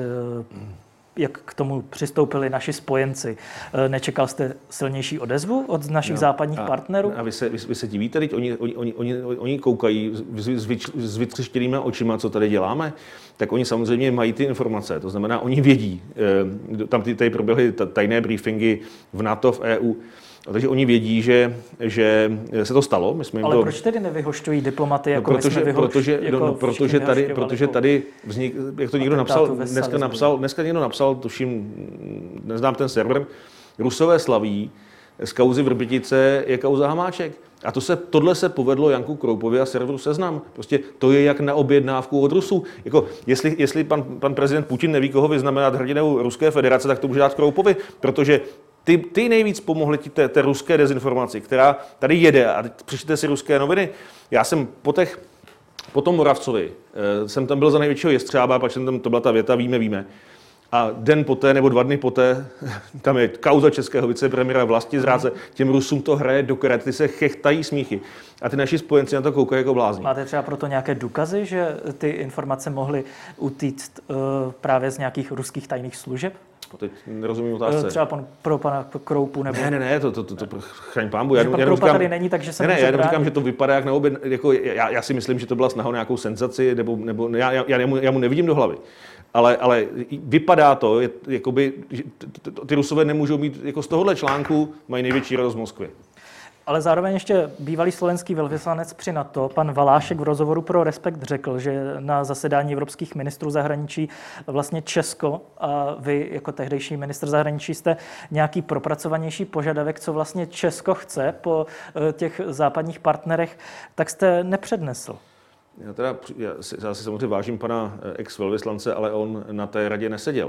Speaker 1: jak k tomu přistoupili naši spojenci? Nečekal jste silnější odezvu od našich no, západních
Speaker 2: a,
Speaker 1: partnerů?
Speaker 2: A vy se, vy, vy se divíte, teď oni, oni, oni, oni, oni koukají s, s vytřeštěnýma očima, co tady děláme, tak oni samozřejmě mají ty informace, to znamená, oni vědí, tam tady proběhly tajné briefingy v NATO, v E U, takže oni vědí, že, že se to stalo. My jsme jim
Speaker 1: Ale
Speaker 2: to...
Speaker 1: proč tedy nevyhošťují diplomaty, jako
Speaker 2: no, protože,
Speaker 1: my jsme vyhoš...
Speaker 2: protože,
Speaker 1: jako
Speaker 2: no, protože, tady, protože tady vznik, jak to někdo napsal, dneska napsal, dneska někdo napsal, tuším, neznám ten server, Rusové slaví, z kauzy Vrbětice je kauza Hamáček. A to se, tohle se povedlo Janku Kroupovi a serveru Seznam. Prostě to je jak na objednávku od Rusů. Jako, jestli jestli pan, pan prezident Putin neví, koho vyznamenat hrdinou Ruské federace, tak to může dát Kroupovi, protože Ty, ty nejvíc pomohly té, té ruské dezinformaci, která tady jede a přečtěte si ruské noviny. Já jsem po, těch, po tom Moravcovi, e, jsem tam byl za největšího jestřába, pak jsem tam, to byla ta věta, víme, víme. A den poté, nebo dva dny poté, tam je kauza českého vicepremiéra vlastizrádce, těm Rusům to hraje do karet, ty se chechtají smíchy. A ty naši spojenci na to koukají jako blázni.
Speaker 1: Máte třeba proto nějaké důkazy, že ty informace mohly utíct uh, právě z nějakých ruských tajných služeb?
Speaker 2: Teď nerozumím otázce.
Speaker 1: Třeba pan, pro pana Kroupu nebo...
Speaker 2: Ne, ne, ne, to, to, to, to chraň pánbu. Já,
Speaker 1: pan
Speaker 2: já
Speaker 1: Kroupa
Speaker 2: říkám,
Speaker 1: tady není, takže se
Speaker 2: ne, ne, já
Speaker 1: bránit.
Speaker 2: říkám, že to vypadá jak na oběd, jako já, já si myslím, že to byla snaha o nějakou senzaci, nebo, nebo já, já, já, mu, já mu nevidím do hlavy. Ale, ale vypadá to, je, jakoby, že ty Rusové nemůžou mít, jako z tohohle článku mají největší radost Moskvy.
Speaker 1: Ale zároveň ještě bývalý slovenský velvyslanec při NATO, pan Valášek v rozhovoru pro Respekt řekl, že na zasedání evropských ministrů zahraničí vlastně Česko a vy jako tehdejší ministr zahraničí jste nějaký propracovanější požadavek, co vlastně Česko chce po těch západních partnerech, tak jste nepřednesl.
Speaker 2: Já teda, já si, já si samozřejmě vážím pana ex-velvyslance, ale on na té radě neseděl.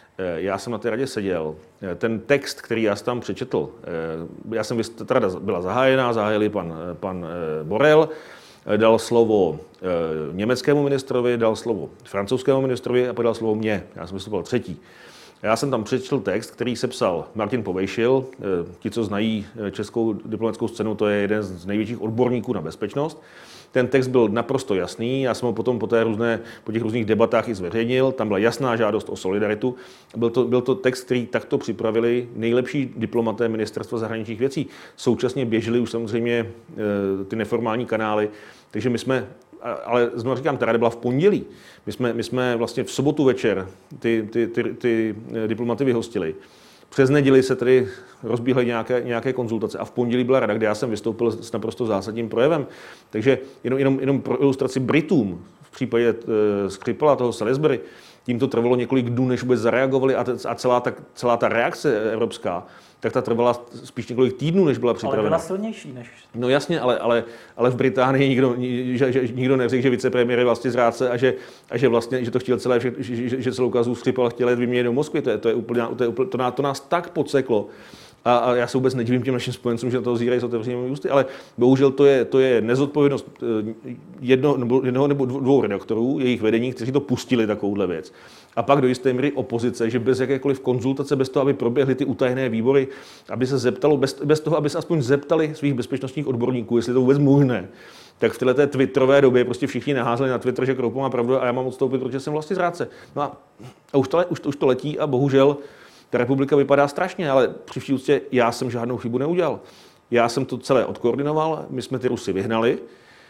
Speaker 2: Já jsem na té radě seděl. Ten text, který já jsem tam přečetl, já jsem, teda byla zahájená, zahájili pan, pan Borel dal slovo německému ministrovi, dal slovo francouzskému ministrovi a pak dal slovo mně. Já jsem vystupoval třetí. Já jsem tam přečetl text, který sepsal Martin Povejšil. Ti, co znají českou diplomatickou scénu, to je jeden z největších odborníků na bezpečnost. Ten text byl naprosto jasný, já jsem ho potom po, té různé, po těch různých debatách i zveřejnil, tam byla jasná žádost o solidaritu. Byl to, byl to text, který takto připravili nejlepší diplomaté ministerstva zahraničních věcí. Současně běžely už samozřejmě ty neformální kanály, takže my jsme, ale znovu říkám, ta rada byla v pondělí. My jsme, my jsme vlastně v sobotu večer ty, ty, ty, ty diplomaty vyhostili. Přes neděli se tedy rozbíhly nějaké, nějaké konzultace a v pondělí byla rada, kde já jsem vystoupil s naprosto zásadním projevem. Takže jenom, jenom, jenom pro ilustraci Britům v případě e, Skripala, toho Salisbury, tím to trvalo několik dnů, než vůbec zareagovali a, t- a celá, ta, celá ta reakce evropská, tak ta trvala spíš několik týdnů, než byla připravena.
Speaker 1: Ale byla silnější než...
Speaker 2: No jasně, ale, ale, ale v Británii nikdo, že, že, nikdo neřekl, že vicepremiér je vlastně zrádce a že, a že vlastně, že to chtěl celé, že, že, že celou kazu Skripal chtěl jít vyměnit do Moskvy. To, je, to, je úplně, to, je úplně, to, nás, to nás tak podseklo. A, a já se vůbec nedivím těm našim spojencům, že na toho zírají s otevřenými ústy, ale bohužel to je, to je nezodpovědnost jedno, nebo, jednoho nebo dvou redaktorů, jejich vedení, kteří to pustili takovouhle věc. A pak do jisté míry opozice, že bez jakékoliv konzultace, bez toho, aby proběhly ty utajené výbory, aby se zeptalo, bez, bez toho, aby se aspoň zeptali svých bezpečnostních odborníků, jestli to vůbec možné, tak v této twitterové době prostě všichni naházeli na Twitter, že Kroupa má pravdu a já mám odstoupit, protože jsem vlastně zrádce. No a, a už, to, už, už to letí a bohužel ta republika vypadá strašně, ale při vší úctě já jsem žádnou chybu neudělal. Já jsem to celé odkoordinoval, my jsme ty Rusy vyhnali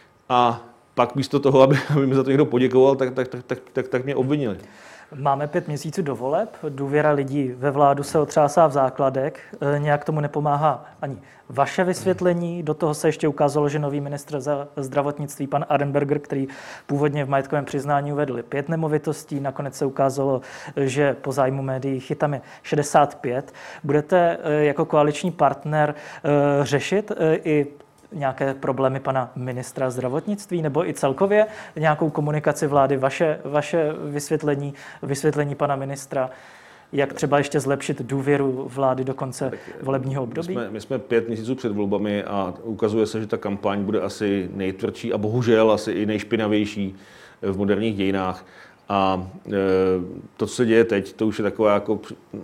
Speaker 2: a pak místo toho, aby, aby mi za to někdo poděkoval, tak, tak, tak, tak, tak, tak mě obvinili.
Speaker 1: Máme pět měsíců do voleb, důvěra lidí ve vládu se otřásá v základech, nějak tomu nepomáhá ani vaše vysvětlení, do toho se ještě ukázalo, že nový ministr za zdravotnictví, pan Arenberger, který původně v majetkovém přiznání uvedl pět nemovitostí, nakonec se ukázalo, že po zájmu médií chytám je šedesát pět. Budete jako koaliční partner řešit i nějaké problémy pana ministra zdravotnictví nebo i celkově nějakou komunikaci vlády, vaše, vaše vysvětlení, vysvětlení pana ministra, jak třeba ještě zlepšit důvěru vlády do konce volebního období?
Speaker 2: My jsme, my jsme pět měsíců před volbami a ukazuje se, že ta kampaň bude asi nejtvrdší a bohužel asi i nejšpinavější v moderních dějinách. A e, to, co se děje teď, to už je taková jako...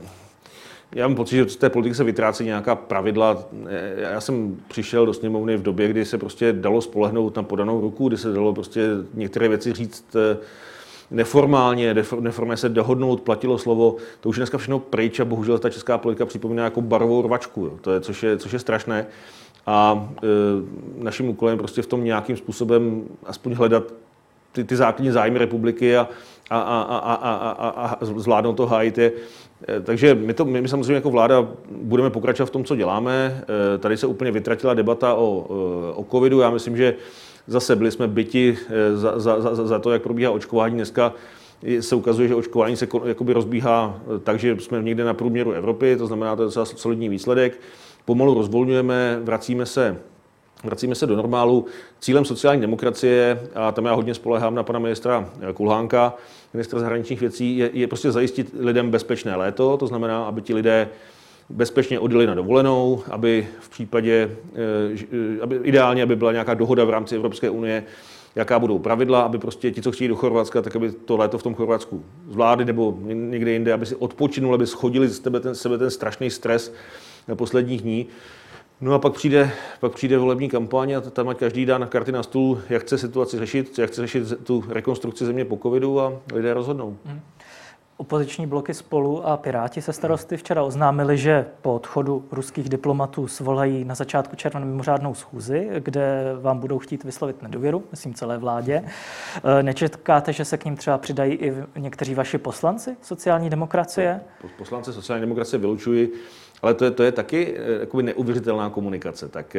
Speaker 2: Já mám pocit, že z té politiky se vytrácí nějaká pravidla. Já jsem přišel do sněmovny v době, kdy se prostě dalo spolehnout na podanou ruku, kdy se dalo prostě některé věci říct neformálně, neformálně se dohodnout, platilo slovo. To už je dneska všechno pryč a bohužel ta česká politika připomíná jako barovou rvačku, jo. To je, což, je, což je strašné. A e, naším úkolem prostě v tom nějakým způsobem aspoň hledat ty, ty základní zájmy republiky a, a, a, a, a, a, a zvládnout to hájit je. Takže my, to, my samozřejmě jako vláda budeme pokračovat v tom, co děláme. Tady se úplně vytratila debata o, o covidu. Já myslím, že zase byli jsme byti za, za, za, za to, jak probíhá očkování. Dneska se ukazuje, že očkování se jakoby rozbíhá tak, že jsme někde na průměru Evropy, to znamená, to je docela solidní výsledek. Pomalu rozvolňujeme, vracíme se Vracíme se do normálu. Cílem sociální demokracie, a tam já hodně spolehám na pana ministra Kulhánka, ministra zahraničních věcí, je, je prostě zajistit lidem bezpečné léto, to znamená, aby ti lidé bezpečně odjeli na dovolenou, aby v případě, aby ideálně, aby byla nějaká dohoda v rámci Evropské unie, jaká budou pravidla, aby prostě ti, co chtějí do Chorvatska, tak aby to léto v tom Chorvatsku zvládli nebo někde jinde, aby si odpočinuli, aby schodili z tebe ten, sebe ten strašný stres na posledních dní. No a pak přijde, pak přijde volební kampaň a tam ať každý dá na karty na stůl, jak chce situaci řešit, jak chce řešit tu rekonstrukci země po covidu a lidé rozhodnou. Hmm.
Speaker 1: Opoziční bloky Spolu a Piráti se Starosty včera oznámili, že po odchodu ruských diplomatů svolají na začátku června mimořádnou schůzi, kde vám budou chtít vyslovit nedůvěru, myslím celé vládě. Nečekáte, že se k ním třeba přidají i někteří vaši poslanci sociální demokracie?
Speaker 2: Poslanci sociální demokracie vylučují, ale to je, to je taky jakoby neuvěřitelná komunikace. Tak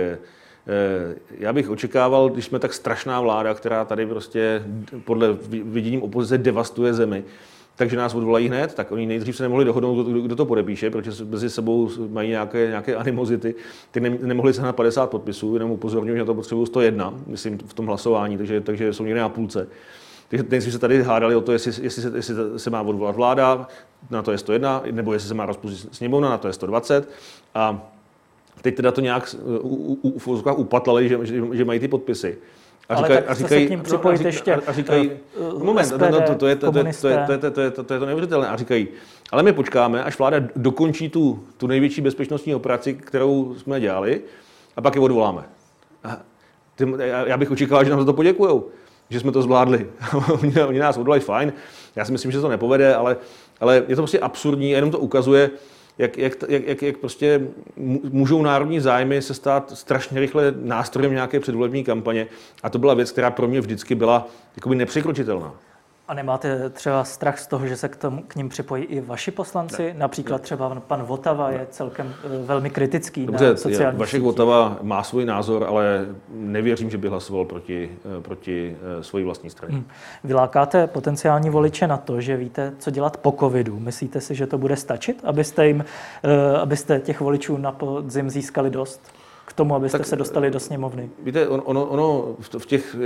Speaker 2: já bych očekával, když jsme tak strašná vláda, která tady prostě podle viděním opozice devastuje zemi, takže nás odvolají hned, tak oni nejdřív se nemohli dohodnout, kdo, kdo to podepíše, protože mezi sebou mají nějaké, nějaké animozity. Ty ne, nemohli se na padesát podpisů, jenom upozorňuji, že na to potřebují sto jedna, myslím, v tom hlasování, takže, takže jsou někde na půlce. Takže nejdřív se tady hádali o to, jestli, jestli, se, jestli se má odvolat vláda, na to je sto jedna, nebo jestli se má rozpustit sněmovna, na to je sto dvacet. A teď teda to nějak u, u, u, upatlali, že, že, že mají ty podpisy. A říkají,
Speaker 1: ale tak se k ním připojit
Speaker 2: no,
Speaker 1: ještě
Speaker 2: a říkají,
Speaker 1: uh,
Speaker 2: moment,
Speaker 1: S P D,
Speaker 2: no, to, to, je, to, to, je, to, je, to, je, to, je, to, je, to je neuvěřitelné. A říkají, ale my počkáme, až vláda dokončí tu, tu největší bezpečnostní operaci, kterou jsme dělali, a pak je odvoláme. A ty, já bych očekával, že nám za to poděkujou, že jsme to zvládli. oni, oni nás odvolají, fajn. Já si myslím, že to nepovede, ale, ale je to prostě absurdní a jenom to ukazuje, Jak, jak, jak, jak prostě můžou národní zájmy se stát strašně rychle nástrojem nějaké předvolební kampaně. A to byla věc, která pro mě vždycky byla jakoby nepřekročitelná.
Speaker 1: A nemáte třeba strach z toho, že se k, tomu, k ním připojí i vaši poslanci? Ne. Například třeba pan Votava je celkem velmi kritický.
Speaker 2: Dobře,
Speaker 1: na sociální
Speaker 2: Vašek Votava má svůj názor, ale nevěřím, že by hlasoval proti, proti svojí vlastní straně. Hmm.
Speaker 1: Vylákáte potenciální voliče na to, že víte, co dělat po covidu. Myslíte si, že to bude stačit, abyste, jim, abyste těch voličů na podzim získali dost? K tomu, abyste tak se dostali do sněmovny.
Speaker 2: Víte, ono, ono v těch,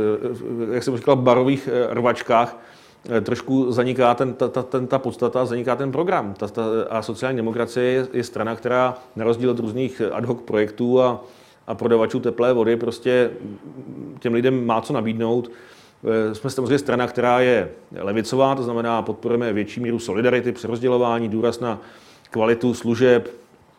Speaker 2: jak jsem říkal, barových rvačkách trošku zaniká ten, ta, ta, ten, ta podstata, zaniká ten program. Ta, ta, a sociální demokracie je, je strana, která na rozdíl od různých ad hoc projektů a, a prodavačů teplé vody prostě těm lidem má co nabídnout. Jsme samozřejmě strana, která je levicová, to znamená podporujeme větší míru solidarity, přerozdělování, důraz na kvalitu služeb,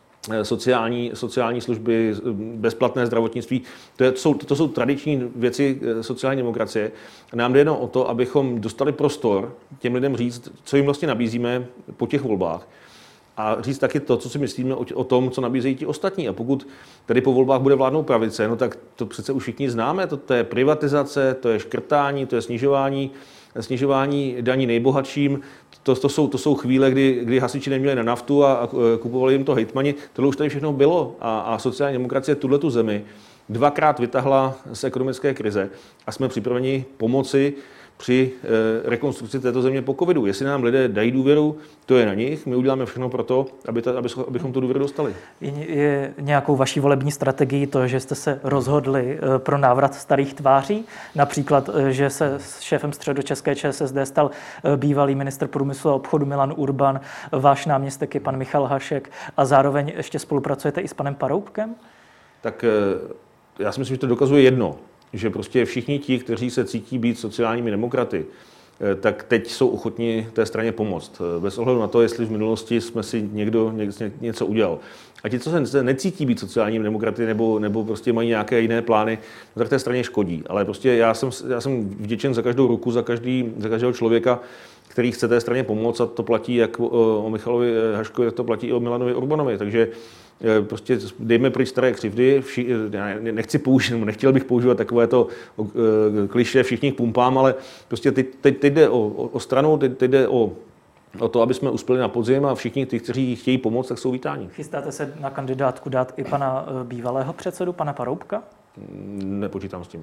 Speaker 2: Sociální, sociální služby, bezplatné zdravotnictví. To, je, to, jsou, to jsou tradiční věci sociální demokracie. Nám jde jenom o to, abychom dostali prostor těm lidem říct, co jim vlastně nabízíme po těch volbách. A říct taky to, co si myslíme o, o tom, co nabízejí ti ostatní. A pokud tady po volbách bude vládnout pravice, no tak to přece už všichni známe. To, to je privatizace, to je škrtání, to je snižování, snižování daní nejbohatším. To, to, jsou, to jsou chvíle, kdy, kdy hasiči neměli na naftu a, a kupovali jim to hejtmani. Tohle už tady všechno bylo a, a sociální demokracie tuhletu zemi dvakrát vytahla z ekonomické krize a jsme připraveni pomoci při e, rekonstrukci této země po covidu. Jestli nám lidé dají důvěru, to je na nich. My uděláme všechno pro to, aby ta, aby, abychom tu důvěru dostali.
Speaker 1: Je, je nějakou vaší volební strategii to, že jste se rozhodli e, pro návrat starých tváří? Například, e, že se s šéfem středočeské ČSSD stal e, bývalý ministr průmyslu a obchodu Milan Urban, váš náměstek je pan Michal Hašek a zároveň ještě spolupracujete i s panem Paroubkem?
Speaker 2: Tak e, já si myslím, že to dokazuje jedno, že prostě všichni ti, kteří se cítí být sociálními demokraty, tak teď jsou ochotni té straně pomoct. Bez ohledu na to, jestli v minulosti jsme si někdo něco udělal. A ti, co se necítí být sociálními demokraty nebo, nebo prostě mají nějaké jiné plány, no tak té straně škodí. Ale prostě já jsem, já jsem vděčen za každou ruku, za, každý, za každého člověka, který chce té straně pomoct, a to platí jak o, o Michalovi Haškovi, tak to platí i o Milanovi Urbanovi. Takže prostě dejme pryč staré křivdy, vši, nechci použít, nechtěl bych používat takové to klišé všichni k pumpám, ale prostě teď, teď, teď jde o, o stranu, teď, teď jde o, o to, aby jsme uspěli na podzim a všichni ty, kteří chtějí pomoct, tak jsou vítáni.
Speaker 1: Chystáte se na kandidátku dát i pana bývalého předsedu, pana Paroubka?
Speaker 2: Nepočítám s tím.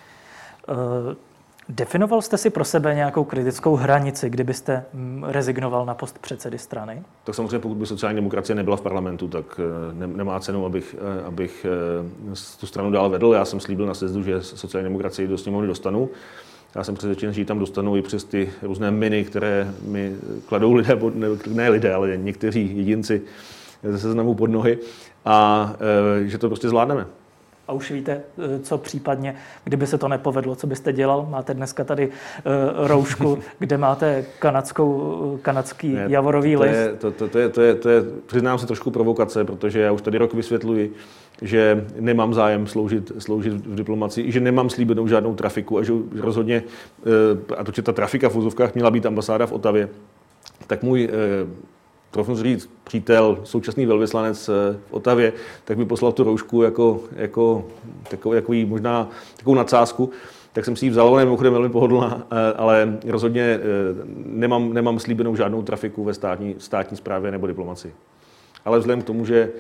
Speaker 1: Uh... Definoval jste si pro sebe nějakou kritickou hranici, kdybyste rezignoval na post předsedy strany?
Speaker 2: Tak samozřejmě, pokud by sociální demokracie nebyla v parlamentu, tak ne, nemá cenu, abych, abych tu stranu dál vedl. Já jsem slíbil na sjezdu, že sociální demokracii do sněmovny dostanu. Já jsem přesvědčen, že ji tam dostanu i přes ty různé miny, které mi kladou lidé, ne lidé, ale někteří jedinci ze seznamu pod nohy, a že to prostě zvládneme.
Speaker 1: A už víte, co případně, kdyby se to nepovedlo, co byste dělal? Máte dneska tady uh, roušku, kde máte kanadskou, kanadský ne, javorový
Speaker 2: to
Speaker 1: list.
Speaker 2: Je, to, to, to, je, to, je, to je, přiznám se, trošku provokace, protože já už tady rok vysvětluji, že nemám zájem sloužit, sloužit v diplomacii, že nemám slíbenou žádnou trafiku a že rozhodně, a to, že ta trafika v úzovkách měla být ambasáda v Otavě, tak můj trochu říct, přítel, současný velvyslanec v Otavě, tak mi poslal tu roušku jako, jako takový, takový, možná takovou nadsázku, tak jsem si ji vzal, ona je mimochodem velmi pohodlná, ale rozhodně nemám, nemám slíbenou žádnou trafiku ve státní, státní správě nebo diplomacii. Ale vzhledem k tomu, že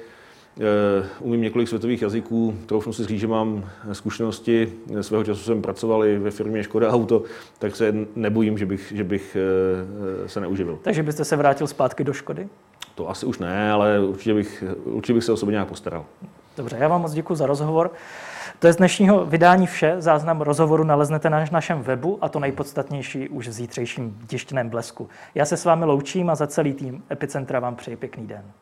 Speaker 2: umím několik světových jazyků, troufnu si říct, že mám zkušenosti, svého času jsem pracoval i ve firmě Škoda Auto, tak se nebojím, že bych, že bych se neuživil.
Speaker 1: Takže byste se vrátil zpátky do Škody?
Speaker 2: To asi už ne, ale určitě bych, určitě bych se o sobě nějak postaral.
Speaker 1: Dobře, já vám moc děkuji za rozhovor. To je z dnešního vydání vše. Záznam rozhovoru naleznete na našem webu a to nejpodstatnější už v zítřejším tištěném Blesku. Já se s vámi loučím a za celý tým Epicentra vám přeji pěkný den.